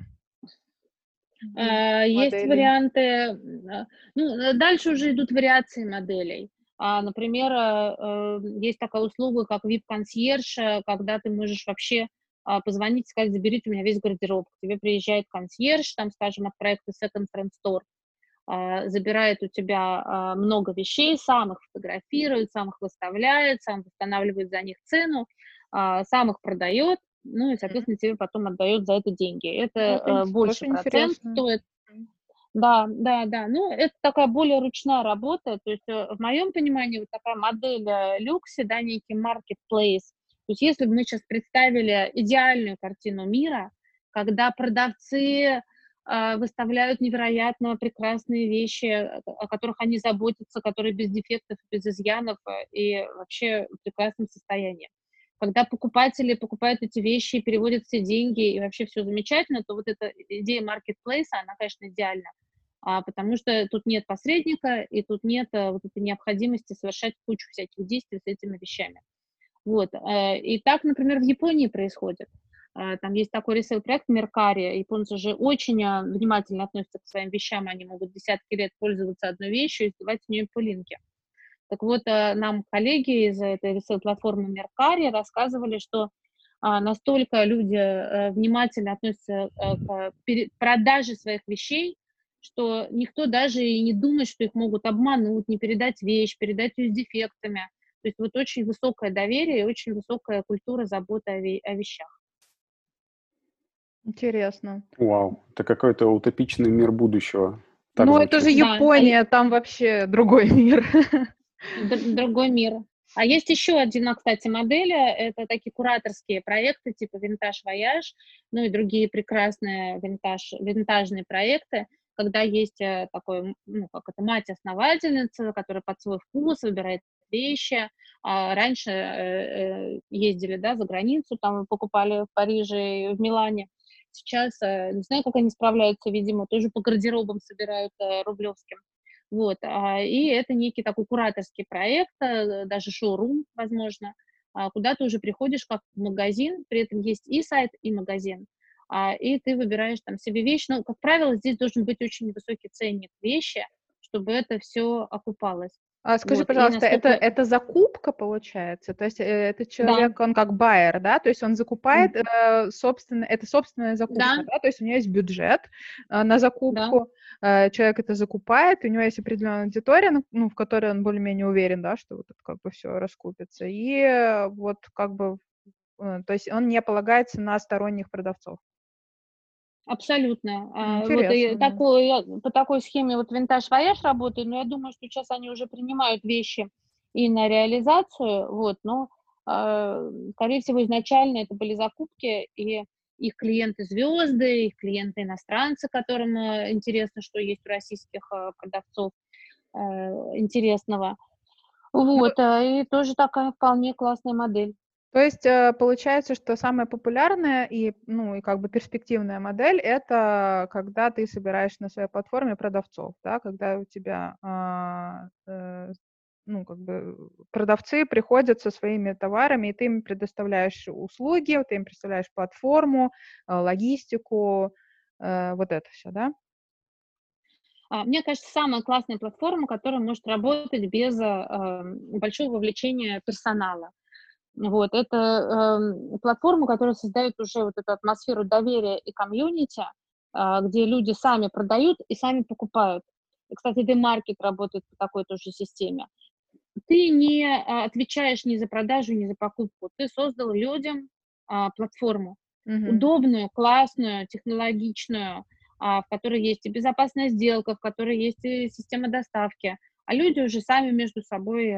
Есть варианты, ну, дальше уже идут вариации моделей. Например, есть такая услуга, как VIP-консьерж, когда ты можешь вообще позвонить и сказать: заберите у меня весь гардероб. К тебе приезжает консьерж, там, скажем, от проекта Second Friend Store, забирает у тебя много вещей, сам их фотографирует, сам их выставляет, сам устанавливает за них цену, сам их продает, ну и, соответственно, тебе потом отдает за это деньги. Это больше процент стоит. Да. Ну, это такая более ручная работа. То есть, в моем понимании, вот такая модель люкси, да, некий marketplace. То есть, если бы мы сейчас представили идеальную картину мира, когда продавцы выставляют невероятно прекрасные вещи, о которых они заботятся, которые без дефектов, без изъянов и вообще в прекрасном состоянии. Когда покупатели покупают эти вещи, переводят все деньги, и вообще все замечательно, то вот эта идея маркетплейса, она, конечно, идеальна, потому что тут нет посредника, и тут нет вот этой необходимости совершать кучу всяких действий с этими вещами. Вот. И так, например, в Японии происходит. Там есть такой ресейл-проект Меркари. Японцы же очень внимательно относятся к своим вещам. Они могут десятки лет пользоваться одной вещью и сдавать в нее пылинки. Так вот, нам коллеги из этой ресейл-платформы Меркари рассказывали, что настолько люди внимательно относятся к продаже своих вещей, что никто даже и не думает, что их могут обмануть, не передать вещь, передать ее с дефектами. То есть вот очень высокое доверие и очень высокая культура заботы о вещах. Интересно. Вау, это какой-то утопичный мир будущего. Так Ну, это же звучит. Да, Япония, там вообще другой мир. другой мир. А есть еще одна, кстати, модель. Это такие кураторские проекты, типа Vintage Voyage, ну и другие прекрасные винтажные проекты, когда есть такой, ну, как это, мать-основательница, которая под свой вкус выбирает вещи. Раньше ездили, да, за границу, там покупали в Париже и в Милане. Сейчас, не знаю, как они справляются, видимо, тоже по гардеробам собирают рублевским. Вот, и это некий такой кураторский проект, даже шоурум, возможно, куда ты уже приходишь как в магазин, при этом есть и сайт, и магазин, и ты выбираешь там себе вещь. Но, как правило, здесь должен быть очень высокий ценник вещи, чтобы это все окупалось. Скажи, Вот, и пожалуйста, насколько... это закупка получается? То есть этот Да, человек, он как байер, да? То есть он закупает это собственная закупка, да, да? То есть у него есть бюджет на да. закупку, человек это закупает, у него есть определенная аудитория, ну, в которой он более-менее уверен, да, что вот это как бы все раскупится. И вот как бы, то есть он не полагается на сторонних продавцов. Абсолютно. Вот и Интересно, да. я по такой схеме вот Vintage Voyage работаю, но я думаю, что сейчас они уже принимают вещи и на реализацию, вот, но, скорее всего, изначально это были закупки, и их клиенты звезды, их клиенты иностранцы, которым интересно, что есть у российских продавцов интересного. Ну, Вот, и тоже такая вполне классная модель. то есть получается, что самая популярная и, ну, и как бы перспективная модель — это когда ты собираешь на своей платформе продавцов, да, когда у тебя, ну, как бы продавцы приходят со своими товарами, и ты им предоставляешь услуги, ты им предоставляешь платформу, логистику, вот это все, да? Мне кажется, самая классная платформа, которая может работать без большого вовлечения персонала. Вот, это платформа, которая создает уже вот эту атмосферу доверия и комьюнити, где люди сами продают и сами покупают. И, кстати, D-Market работает по такой тоже системе. Ты не отвечаешь ни за продажу, ни за покупку. Ты создал людям платформу. Мгм. Удобную, классную, технологичную, в которой есть и безопасная сделка, в которой есть и система доставки. А люди уже сами между собой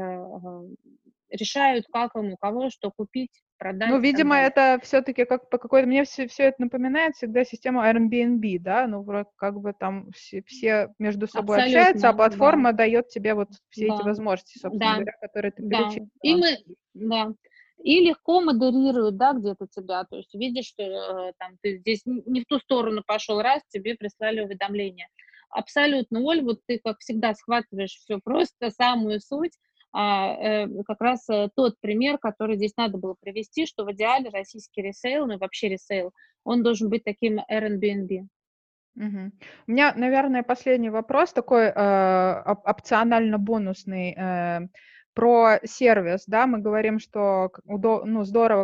решают, как им, у кого что купить, Ну, продать и так видимо, далее. это все-таки как по какой-то... Мне все это напоминает всегда систему Airbnb, да? Ну, вроде как бы там все между собой общаются, а Абсолютно, да, платформа дает тебе вот все эти да, возможности, собственно да, говоря, которые ты да. перечислила. Да. И легко модерируют, да, где-то тебя. То есть видишь, что там ты здесь не в ту сторону пошел, раз, тебе прислали уведомление. Абсолютно, Оль, вот ты, как всегда, схватываешь все просто, самую суть. Как раз тот пример, который здесь надо было привести, что в идеале российский ресейл, ну и вообще ресейл, он должен быть таким Airbnb. Мгм. У меня, наверное, последний вопрос такой опционально-бонусный про сервис, да, мы говорим, что ну, здорово,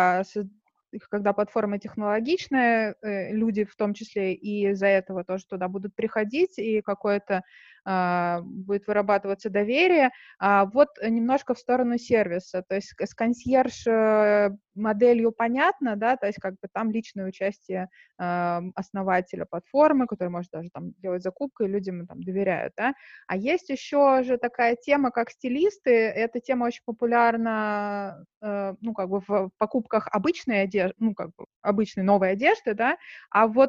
когда платформа технологичная, люди в том числе и из-за этого тоже туда будут приходить, и какое-то будет вырабатываться доверие. Вот немножко в сторону сервиса, то есть с консьерж моделью понятно, да, то есть как бы там личное участие основателя платформы, который может даже там делать закупку, и людям там доверяют, да. А есть еще же такая тема, как стилисты. Эта тема очень популярна, ну, как бы в покупках обычной одежды, ну, как бы обычной новой одежды, да. А вот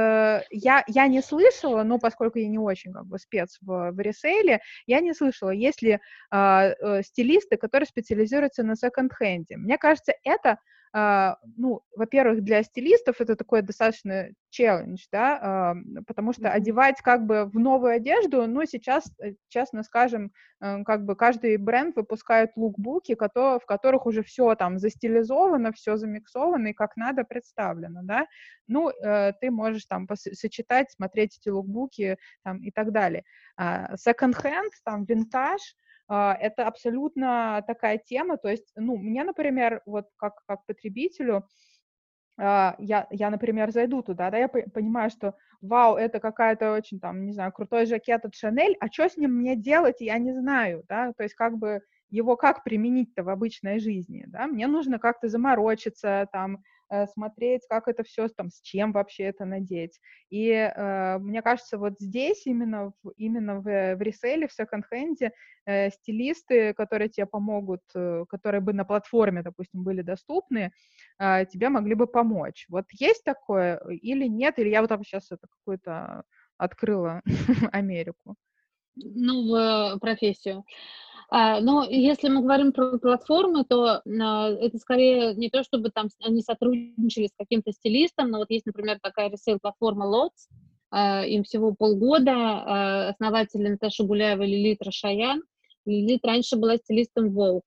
я не слышала, ну, поскольку я не очень как бы спец в ресейле, я не слышала, есть ли стилисты, которые специализируются на секонд-хенде. Мне кажется, это ну, во-первых, для стилистов это такой достаточно челлендж, да, потому что одевать как бы в новую одежду, ну, сейчас, честно скажем, как бы каждый бренд выпускает лукбуки, в которых уже все там застилизовано, все замиксовано и как надо представлено, да, ну, ты можешь там сочетать, смотреть эти лукбуки там и так далее. Second-hand, там, винтаж, это абсолютно такая тема, то есть, ну, мне, например, вот как потребителю, я, например, зайду туда, да, я понимаю, что, вау, это какая-то очень, там, не знаю, крутой жакет от Шанель, а что с ним мне делать, я не знаю, да, то есть как бы его как применить-то в обычной жизни, да, мне нужно как-то заморочиться, там, смотреть, как это все, там, с чем вообще это надеть. И мне кажется, вот здесь именно в ресейле, в секонд-хенде стилисты, которые тебе помогут, которые бы на платформе, допустим, были доступны, тебе могли бы помочь. Вот есть такое или нет? Или я вот сейчас это какую-то открыла Америку? Новую профессию. Но если мы говорим про платформы, то это скорее не то, чтобы там они сотрудничали с каким-то стилистом, но вот есть, например, такая ресейл-платформа Lots, им всего полгода, основатель Наташа Гуляева и Лилит Рашаян. Лилит раньше была стилистом Vogue.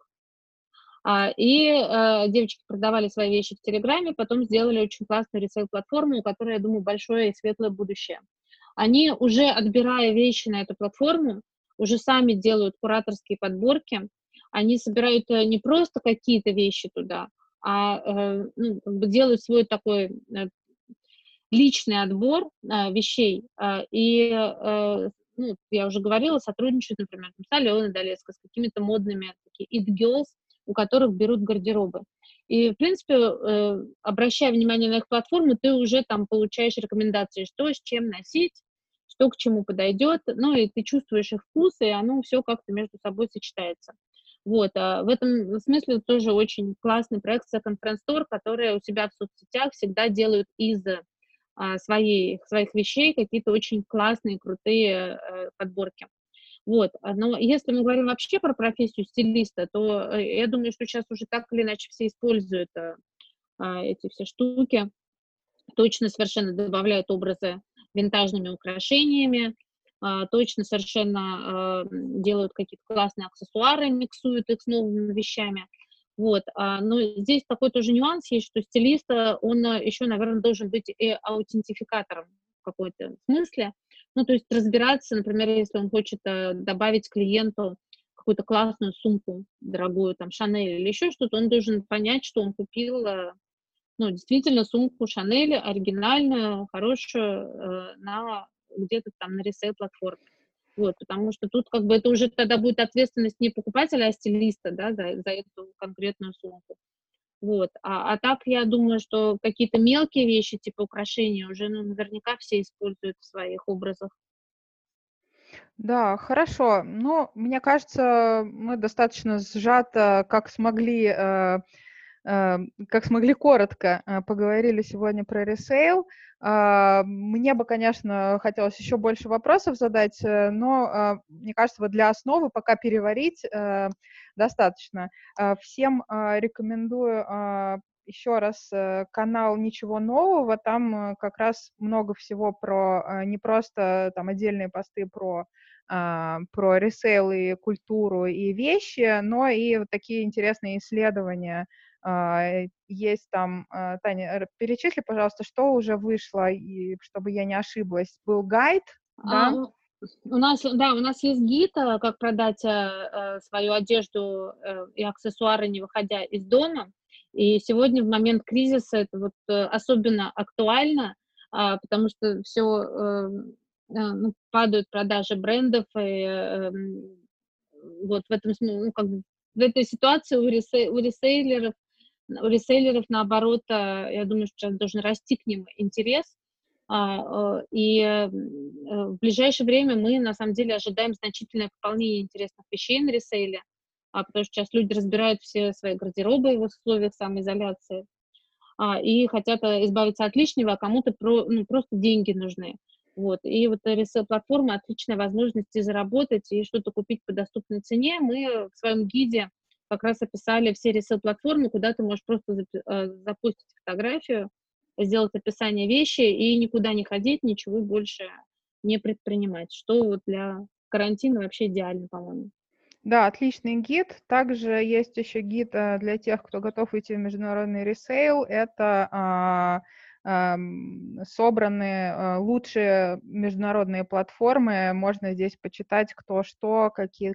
Девочки продавали свои вещи в Телеграме, потом сделали очень классную ресейл-платформу, у которой, я думаю, большое и светлое будущее. Они уже, отбирая вещи на эту платформу, уже сами делают кураторские подборки. Они собирают не просто какие-то вещи туда, ну, как бы делают свой такой личный отбор вещей. Ну, я уже говорила, сотрудничают, например, с Аленой Долецкой, с какими-то модными it girls, у которых берут гардеробы. И, в принципе, обращая внимание на их платформу, ты уже там получаешь рекомендации, что с чем носить, что к чему подойдет, ну, и ты чувствуешь их вкус, и оно все как-то между собой сочетается. Вот, в этом смысле тоже очень классный проект Second Friend Store, который у себя в соцсетях всегда делают из своих вещей какие-то очень классные, крутые подборки. Вот. Но если мы говорим вообще про профессию стилиста, то я думаю, что сейчас уже так или иначе все используют эти все штуки, точно совершенно добавляют образы винтажными украшениями, точно совершенно делают какие-то классные аксессуары, миксуют их с новыми вещами. Вот. Но здесь такой тоже нюанс есть, что стилист, он еще, наверное, должен быть и аутентификатором в какой-то смысле. Ну, то есть разбираться, например, если он хочет добавить клиенту какую-то классную сумку дорогую, там, Шанель или еще что-то, он должен понять, что он купил, ну, действительно, сумку Шанель оригинальную, хорошую, где-то там на ресейл-платформе. Вот, потому что тут как бы это уже тогда будет ответственность не покупателя, а стилиста, да, за эту конкретную сумку. Вот. Так я думаю, что какие-то мелкие вещи, типа украшения, уже наверняка все используют в своих образах. Да, хорошо. Ну, мне кажется, мы достаточно сжато, как смогли коротко поговорили сегодня про ресейл. Мне бы, конечно, хотелось еще больше вопросов задать, но мне кажется, вот для основы пока переварить достаточно. Всем рекомендую еще раз канал «Ничего нового». Там как раз много всего про не просто там отдельные посты про ресейл и культуру и вещи, но и вот такие интересные исследования есть там. Таня, перечисли, пожалуйста, что уже вышло, и чтобы я не ошиблась. Был гайд, да? У нас есть гид, как продать свою одежду и аксессуары, не выходя из дома. И сегодня, в момент кризиса, это вот особенно актуально, потому что все падают продажи брендов, и вот в этом смысле, ну, как бы в этой ситуации у ресейлеров, наоборот, я думаю, что сейчас должен расти к ним интерес, в ближайшее время мы, на самом деле, ожидаем значительное пополнение интересных вещей на ресейле, потому что сейчас люди разбирают все свои гардеробы в условиях самоизоляции, и хотят избавиться от лишнего, а кому-то просто деньги нужны. Вот. И вот ресейл-платформа — отличная возможность и заработать, и что-то купить по доступной цене. Мы в своем гиде как раз описали все ресейл-платформы, куда ты можешь просто запустить фотографию, сделать описание вещи и никуда не ходить, ничего больше не предпринимать, что вот для карантина вообще идеально, по-моему. Да, отличный гид. Также есть еще гид для тех, кто готов идти в международный ресейл. Это собраны лучшие международные платформы. Можно здесь почитать, кто что,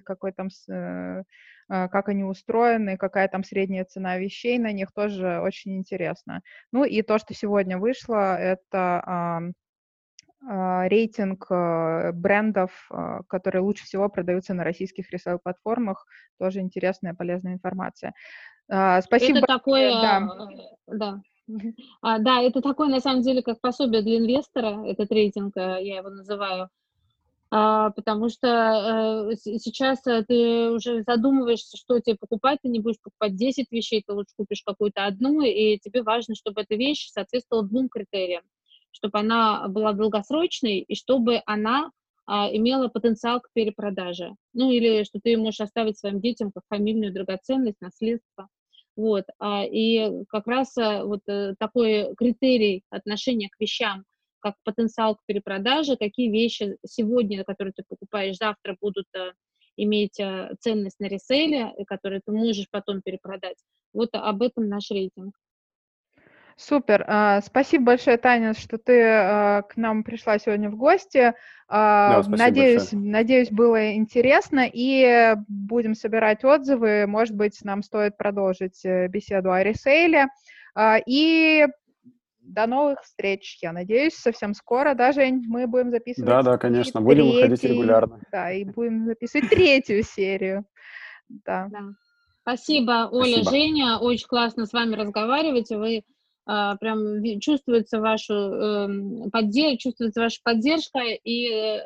как они устроены, какая там средняя цена вещей на них, тоже очень интересно. Ну и то, что сегодня вышло, это рейтинг брендов, которые лучше всего продаются на российских ресейл-платформах. Тоже интересная, полезная информация. Спасибо. Это такое, да. Да. Да, это такое, на самом деле, как пособие для инвестора, этот рейтинг, я его называю, потому что сейчас ты уже задумываешься, что тебе покупать, ты не будешь покупать 10 вещей, ты лучше купишь какую-то одну, и тебе важно, чтобы эта вещь соответствовала 2 критериям, чтобы она была долгосрочной и чтобы она имела потенциал к перепродаже. Ну, или что ты ее можешь оставить своим детям как фамильную драгоценность, наследство. Вот. И как раз вот такой критерий отношения к вещам, как потенциал к перепродаже, какие вещи сегодня, которые ты покупаешь, завтра будут иметь ценность на ресейле, и которые ты можешь потом перепродать. Вот об этом наш рейтинг. Супер. Спасибо большое, Таня, что ты к нам пришла сегодня в гости. Да, спасибо большое. Надеюсь, было интересно, и будем собирать отзывы. Может быть, нам стоит продолжить беседу о ресейле. И до новых встреч, я надеюсь, совсем скоро, да, Жень, мы будем записывать Да, конечно, будем выходить регулярно. Да, и будем записывать 3-ю серию. Да. Спасибо, Оля, Спасибо. Женя, очень классно с вами разговаривать, вы прям чувствуется ваша поддержка, и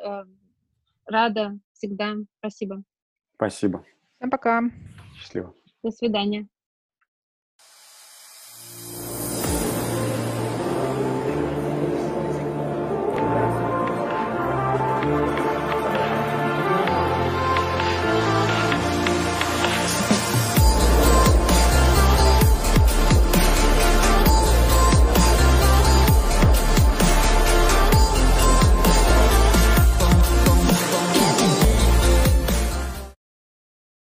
рада всегда. Спасибо. Спасибо. Всем пока. Счастливо. До свидания.